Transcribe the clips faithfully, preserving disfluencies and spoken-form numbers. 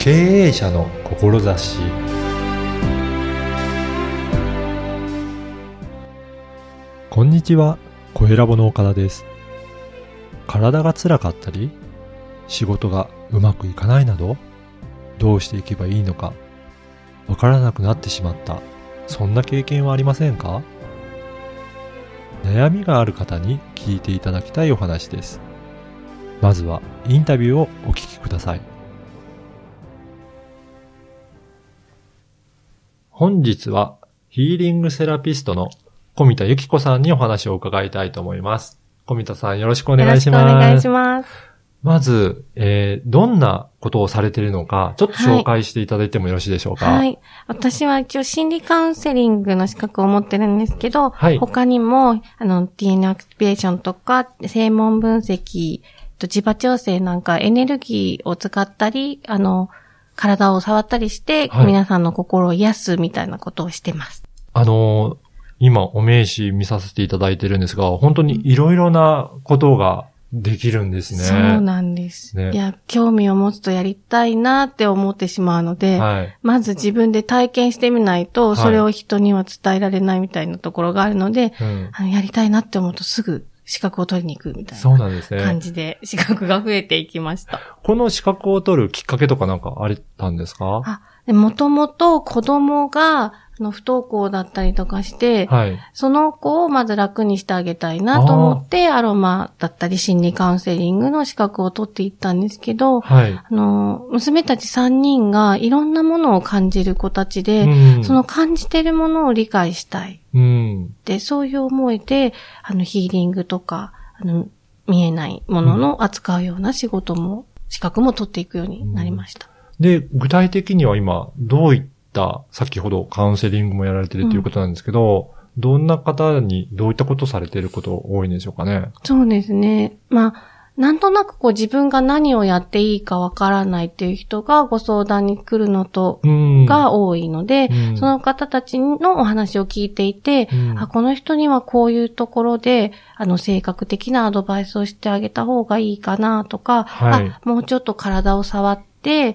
経営者の志。こんにちは、声ラボの岡田です。体が辛かったり、仕事がうまくいかないなど、どうしていけばいいのかわからなくなってしまった、そんな経験はありませんか？悩みがある方に聞いていただきたいお話です。まずはインタビューをお聞きください。本日はヒーリングセラピストの小見田由紀子さんにお話を伺いたいと思います。小見田さん、よろしくお願いします。 よろしくお願いします。 まず、えー、どんなことをされているのか、ちょっと紹介していただいてもよろしいでしょうか。 はい。はい、私は一応心理カウンセリングの資格を持ってるんですけど、 はい、 他にも、あの、ディーエヌエー アクティベーションとか、声紋分析、磁場調整なんかエネルギーを使ったり、あの、体を触ったりして、はい、皆さんの心を癒すみたいなことをしてます。 あのー、今お名刺見させていただいてるんですが、本当にいろいろなことができるんですね。 そうなんです。ね、いや、興味を持つとやりたいなって思ってしまうので、はい、まず自分で体験してみないと、それを人には伝えられないみたいなところがあるので、はい、うん、あのやりたいなって思うとすぐ資格を取りに行くみたいな感じで資格が増えていきました。 この資格を取るきっかけとかなんかあったんですか？ あ、もともと子供があの不登校だったりとかして、はい、その子をまず楽にしてあげたいなと思って、アロマだったり心理カウンセリングの資格を取っていったんですけど、はい、あの、娘たちさんにんがいろんなものを感じる子たちで、うん、その感じてるものを理解したい。うん、で、そういう思いで、あの、ヒーリングとか、あの、見えないものの扱うような仕事も、資格も取っていくようになりました。 うん、で、具体的には今、どういった先ほどカウンセリングもやられてるということなんですけど、うん、どんな方にどういったことされていること多いんでしょうかね。 そうですね。まあ、なんとなくこう自分が何をやっていいかわからないっていう人がご相談に来るのと、が多いので、うん、その方たちのお話を聞いていて、うん、あ、この人にはこういうところで、あの、性格的なアドバイスをしてあげた方がいいかなとか、はい、あ、もうちょっと体を触って、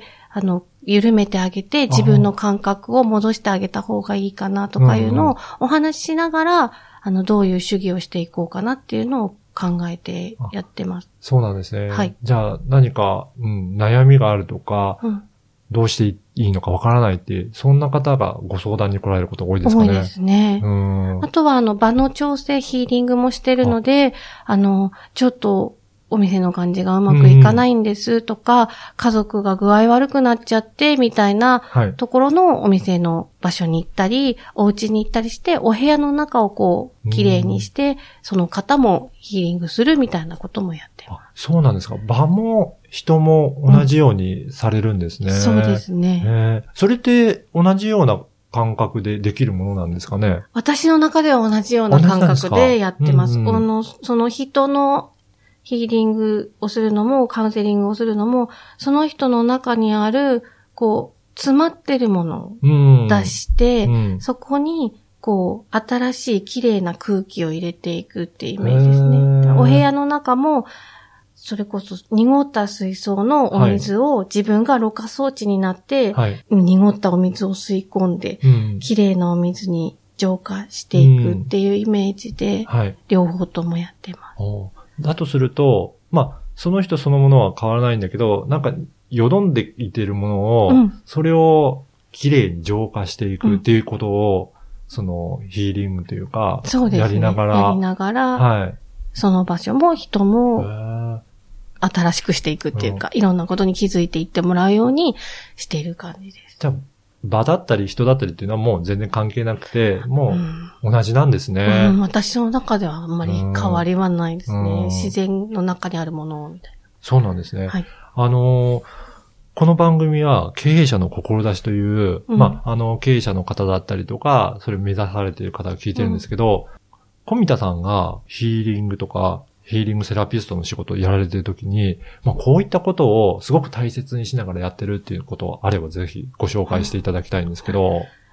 あの、緩めてあげて自分の感覚を戻してあげた方がいいかなとかいうのをお話ししながら、うん、あの、どういう主義をしていこうかなっていうのを考えてやってます。 そうなんですね。はい。じゃあ何か、うん、悩みがあるとか、うん、どうしていいのかわからないって、そんな方がご相談に来られることが多いですかね。 多いですね。うん。あとはあの、場の調整、ヒーリングもしてるので、あ, あの、ちょっと、お店の感じがうまくいかないんですとか、うん、家族が具合悪くなっちゃってみたいなところのお店の場所に行ったり、はい、お家に行ったりして、お部屋の中をこう、綺麗にして、うん、その方もヒーリングするみたいなこともやってます。 あ、そうなんですか。場も人も同じようにされるんですね。うん、 そうですね、 えー。それって同じような感覚でできるものなんですかね？ 私の中では同じような感覚でやってます。うんうん、この、その人のヒーリングをするのも、カウンセリングをするのも、その人の中にある、こう、詰まってるものを出して、うんうん、そこに、こう、新しい綺麗な空気を入れていくっていうイメージですね。お部屋の中も、それこそ濁った水槽のお水を自分がろ過装置になって、はい、濁ったお水を吸い込んで、うん、綺麗なお水に浄化していくっていうイメージで、うんはい、両方ともやってます。 だとすると、まあ、その人そのものは変わらないんだけど、なんか、よどんでいてるものを、うん、それをきれいに浄化していくっていうことを、うん、その、ヒーリングというか、 そうですね。 やりながら、 やりながら、はい。その場所も人も、新しくしていくっていうか、うん、いろんなことに気づいていってもらうようにしている感じです。 じゃあ、場だったり人だったりっていうのはもう全然関係なくて、もう同じなんですね。 うんうん、私の中ではあんまり変わりはないですね。うん、自然の中にあるものみたいな。 そうなんですね。はい、あのー、この番組は経営者の志という、うん、まあ、あの、経営者の方だったりとか、それを目指されている方が聞いてるんですけど、うん、小見田さんがヒーリングとか、ヒーリングセラピストの仕事をやられているときに、まあ、こういったことをすごく大切にしながらやってるっていうことがあればぜひご紹介していただきたいんですけど。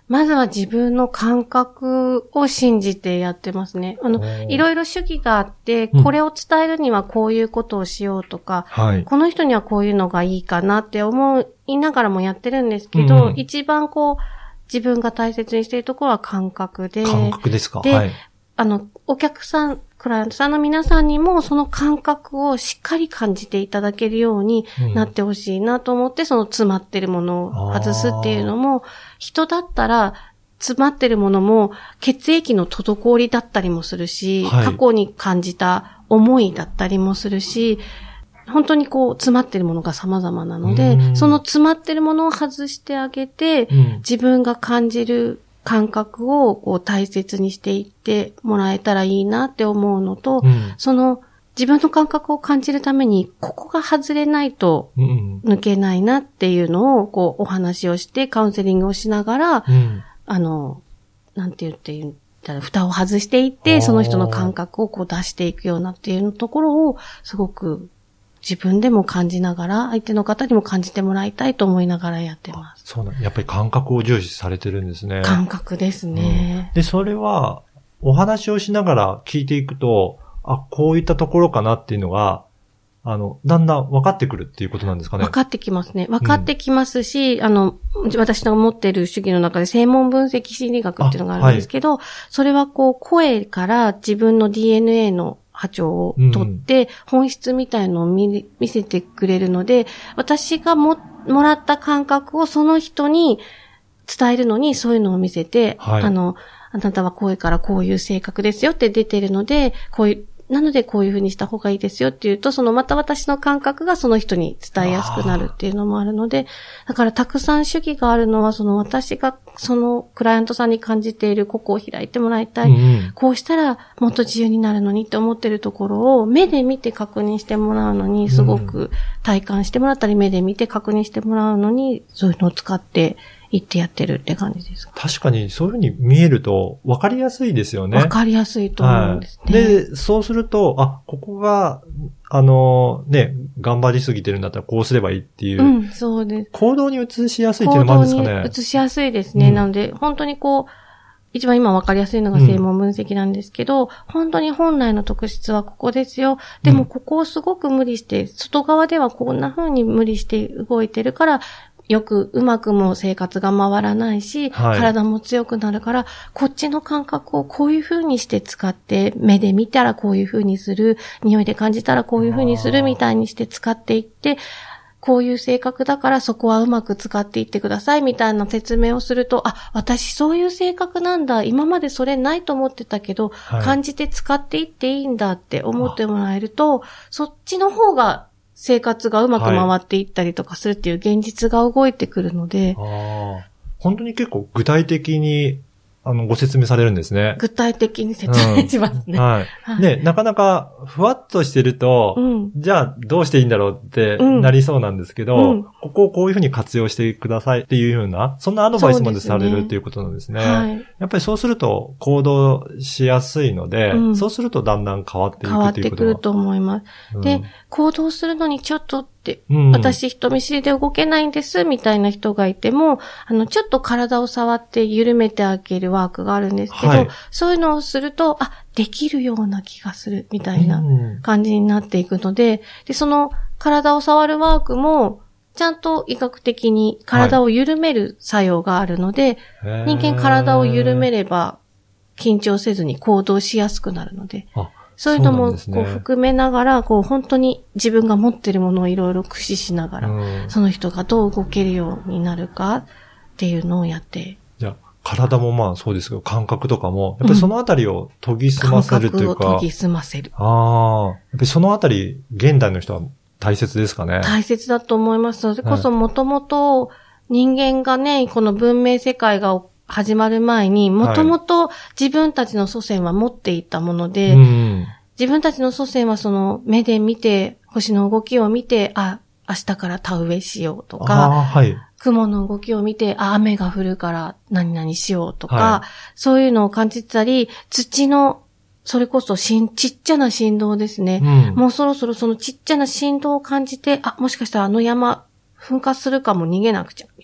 まずは自分の感覚を信じてやってますね。あの、いろいろ主義があって、これを伝えるにはこういうことをしようとか、うん、この人にはこういうのがいいかなって思いながらもやってるんですけど、うん、一番こう、自分が大切にしているところは感覚で。 感覚ですか？ で、 はい。 あの、お客さん、クライアントさんの皆さんにもその感覚をしっかり感じていただけるようになってほしいなと思って、うん、その詰まってるものを外すっていうのも、人だったら詰まってるものも血液の滞りだったりもするし、はい、過去に感じた思いだったりもするし、本当にこう詰まってるものが様々なので、その詰まってるものを外してあげて、うん、自分が感じる感覚をこう大切にしていってもらえたらいいなって思うのと、うん、その自分の感覚を感じるためにここが外れないと抜けないなっていうのをこうお話をしてカウンセリングをしながら、うん、あの、なんて言って言ったら蓋を外していってその人の感覚をこう出していくようなっていうところをすごく自分でも感じながら、相手の方にも感じてもらいたいと思いながらやってます。 そうなん、やっぱり感覚を重視されてるんですね。 感覚ですね。 うん、で、それは、お話をしながら聞いていくと、あ、こういったところかなっていうのが、あの、だんだん分かってくるっていうことなんですかね。 分かってきますね。分かってきますし、うん、あの、私の持っている主義の中で専門分析心理学っていうのがあるんですけど、はい、それはこう、声から自分の ディーエヌエー の波長を取って、本質みたいのを 見, 見せてくれるので、私がも、もらった感覚をその人に伝えるのにそういうのを見せて、はい、あの、あなたは声からこういう性格ですよって出てるので、こういう、なのでこういうふうにした方がいいですよっていうと、そのまた私の感覚がその人に伝えやすくなるっていうのもあるので、だからたくさん主義があるのは、その私がそのクライアントさんに感じているここを開いてもらいたい、うん、こうしたらもっと自由になるのにって思ってるところを目で見て確認してもらうのにすごく体感してもらったり、目で見て確認してもらうのにそういうのを使って言ってやってるって感じです。 確かにそういうふうに見えると分かりやすいですよね。 分かりやすいと思うんですね。 はい、で、そうすると、あ、ここが、あの、ね、頑張りすぎてるんだったらこうすればいいっていう。 うん、そうです。 行動に移しやすいっていうのもあるんですかね。 行動に移しやすいですね。うん、なので、本当にこう、一番今分かりやすいのが専門分析なんですけど、うん、本当に本来の特質はここですよ。でもここをすごく無理して、外側ではこんな風に無理して動いてるから、よくうまくも生活が回らないし、はい、体も強くなるから、こっちの感覚をこういう風にして使って、目で見たらこういう風にする、匂いで感じたらこういう風にするみたいにして使っていって、こういう性格だからそこはうまく使っていってくださいみたいな説明をすると、あ、私そういう性格なんだ。今までそれないと思ってたけど、はい、感じて使っていっていいんだって思ってもらえると、そっちの方が生活がうまく回っていったりとかするっていう現実が動いてくるので。 はい、ああ、本当に結構具体的にあのご説明されるんですね。 具体的に説明しますね。 うん、はい。はい、ね、なかなかふわっとしてると、うん、じゃあどうしていいんだろうってなりそうなんですけど、うん、ここをこういうふうに活用してくださいっていうような、そんなアドバイスまでされるっていうことなんですね。はい、やっぱりそうすると行動しやすいので、うん、そうするとだんだん変わっていくっていうことは。 変わってくると思います。うん、で、行動するのにちょっとうん、私人見知りで動けないんですみたいな人がいても、あのちょっと体を触って緩めてあげるワークがあるんですけど、はい、そういうのをすると、あ、できるような気がするみたいな感じになっていくので、でその体を触るワークもちゃんと医学的に体を緩める作用があるので、はい、人間体を緩めれば緊張せずに行動しやすくなるので。あ、そういうのもこう含めながら、こう本当に自分が持っているものをいろいろ駆使しながら、うん、その人がどう動けるようになるかっていうのをやって。 じゃあ、体もまあそうですけど、感覚とかも、やっぱりそのあたりを研ぎ澄ませるというか。 感覚を研ぎ澄ませる。 ああ。やっぱりそのあたり、現代の人は大切ですかね。 大切だと思います。それこそもともと人間がね、この文明世界が始まる前に、もともと自分たちの祖先は持っていたもので、はい、うん、自分たちの祖先はその目で見て、星の動きを見て、あ、明日から田植えしようとか、はい、雲の動きを見て、あ、雨が降るから何々しようとか、はい、そういうのを感じてたり、土の、それこそしん、ちっちゃな振動ですね、うん。もうそろそろそのちっちゃな振動を感じて、あ、もしかしたらあの山、噴火するかも逃げなくちゃ。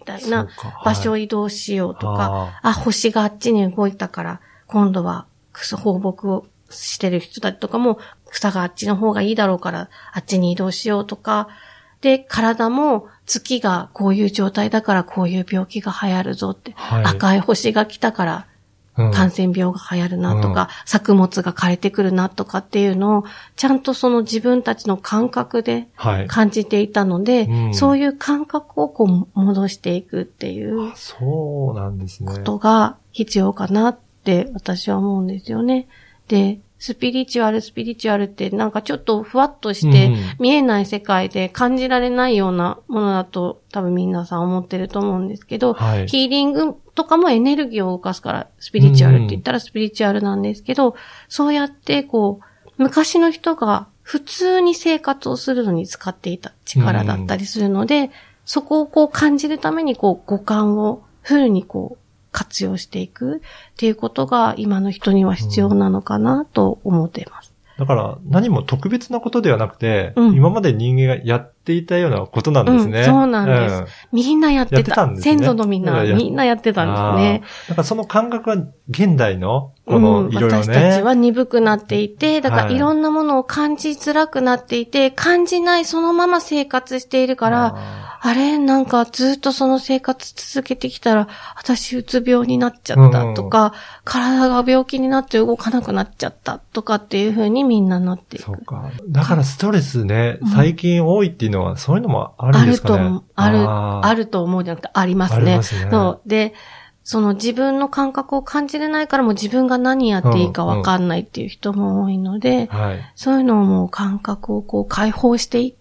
みたいな、場所を移動しようとか、あ、星があっちに動いたから、今度は放牧をしてる人たちとかも、草があっちの方がいいだろうから、あっちに移動しようとか、で、体も月がこういう状態だからこういう病気が流行るぞって、はい、赤い星が来たから、感染病が流行るなとか、うん、作物が枯れてくるなとかっていうのを、ちゃんとその自分たちの感覚で感じていたので、はいうん、そういう感覚をこう戻していくっていうそうなんですね。 ことが必要かなって私は思うんですよね。で、スピリチュアル、スピリチュアルってなんかちょっとふわっとして見えない世界で感じられないようなものだと多分皆さん思ってると思うんですけど、はい、ヒーリングとかもエネルギーを動かすからスピリチュアルって言ったらスピリチュアルなんですけど、そうやってこう、昔の人が普通に生活をするのに使っていた力だったりするので、そこをこう感じるためにこう五感をフルにこう、活用していくっていうことが今の人には必要なのかなと思っています。 だから何も特別なことではなくて、うん、今まで人間がやっていたようなことなんですね。 うん、そうなんです、うん。みんなやってた。やってたんですね、先祖のみんな、みんなやってたんですね。 だからその感覚は現代のこのいろいろね、うん、 私たちは鈍くなっていて、だからいろんなものを感じづらくなっていて、感じないそのまま生活しているから、あれなんかずっとその生活続けてきたら、私うつ病になっちゃったとか、うん、体が病気になって動かなくなっちゃったとかっていう風にみんななっていく。 そうか。だからストレスね、うん、最近多いっていうのはそういうのもあるんですかね。 あると、ある、あ, あると思うじゃなくてありますね。ありますね。そう。で、その自分の感覚を感じれないからもう自分が何やっていいかわかんないっていう人も多いので、うんうんはい、そういうのをもう感覚をこう解放していって、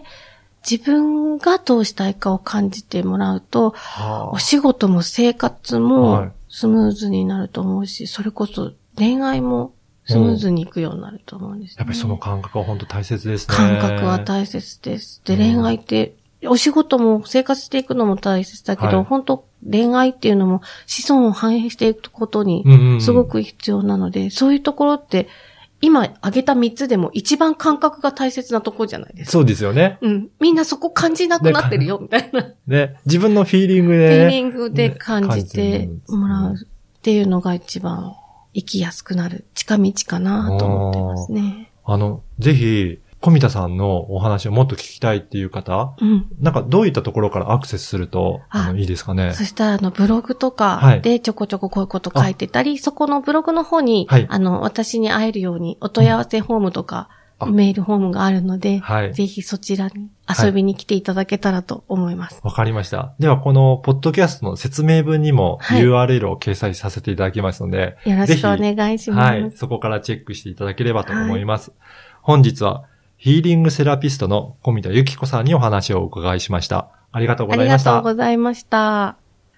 自分がどうしたいかを感じてもらうと、はあ、お仕事も生活もスムーズになると思うし、はい、それこそ恋愛もスムーズにいくようになると思うんですね。 やっぱりその感覚は本当大切ですね。 感覚は大切です。で、恋愛って、うん、お仕事も生活していくのも大切だけど、はい、本当恋愛っていうのも子孫を繁栄していくことにすごく必要なので、うんうん、そういうところって、今挙げたみっつでも一番感覚が大切なところじゃないですか。 そうですよね。 うん。みんなそこ感じなくなってるよ、みたいな。 ね。自分のフィーリングで、ね。 フィーリングで感じてもらうっていうのが一番生きやすくなる近道かなと思ってますね。 あの、ぜひ、小見田さんのお話をもっと聞きたいっていう方、うん、なんかどういったところからアクセスするとあのいいですかね。 そしたらあのブログとかでちょこちょここういうこと書いてたり、はい、そこのブログの方に、はい、あの私に会えるようにお問い合わせフォームとか、うん、メールフォームがあるので、はい、ぜひそちらに遊びに来ていただけたらと思います。 わ、はい、かりました。ではこのポッドキャストの説明文にも ユーアールエル を掲載させていただきますので、 はい、よろしくお願いします。はい、 そこからチェックしていただければと思います。はい、本日はヒーリングセラピストの小見田由紀子さんにお話をお伺いしました。ありがとうございました。 ありがとうございました。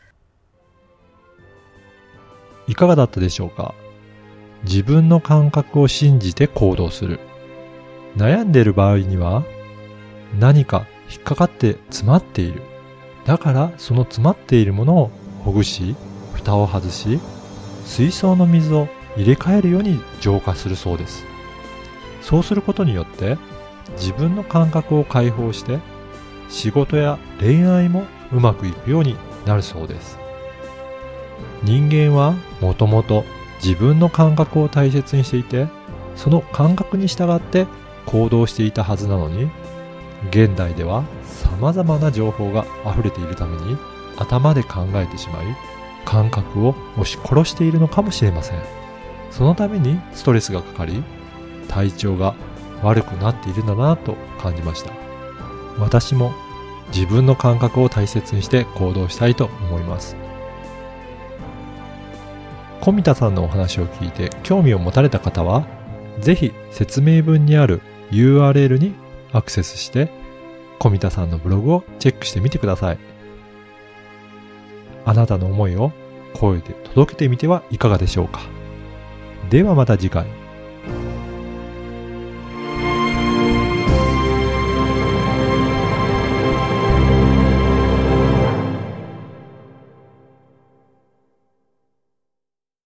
いかがだったでしょうか？自分の感覚を信じて行動する。悩んでいる場合には、何か引っかかって詰まっている。だからその詰まっているものをほぐし、蓋を外し、水槽の水を入れ替えるように浄化するそうです。そうすることによって自分の感覚を解放して仕事や恋愛もうまくいくようになるそうです。人間はもともと自分の感覚を大切にしていて、その感覚に従って行動していたはずなのに、現代では様々な情報が溢れているために頭で考えてしまい、感覚を押し殺しているのかもしれません。そのためにストレスがかかり、体調が悪くなっているんだなと感じました。私も自分の感覚を大切にして行動したいと思います。小見田さんのお話を聞いて興味を持たれた方は、ぜひ説明文にある ユーアールエル にアクセスして小見田さんのブログをチェックしてみてください。あなたの思いを声で届けてみてはいかがでしょうか。ではまた次回。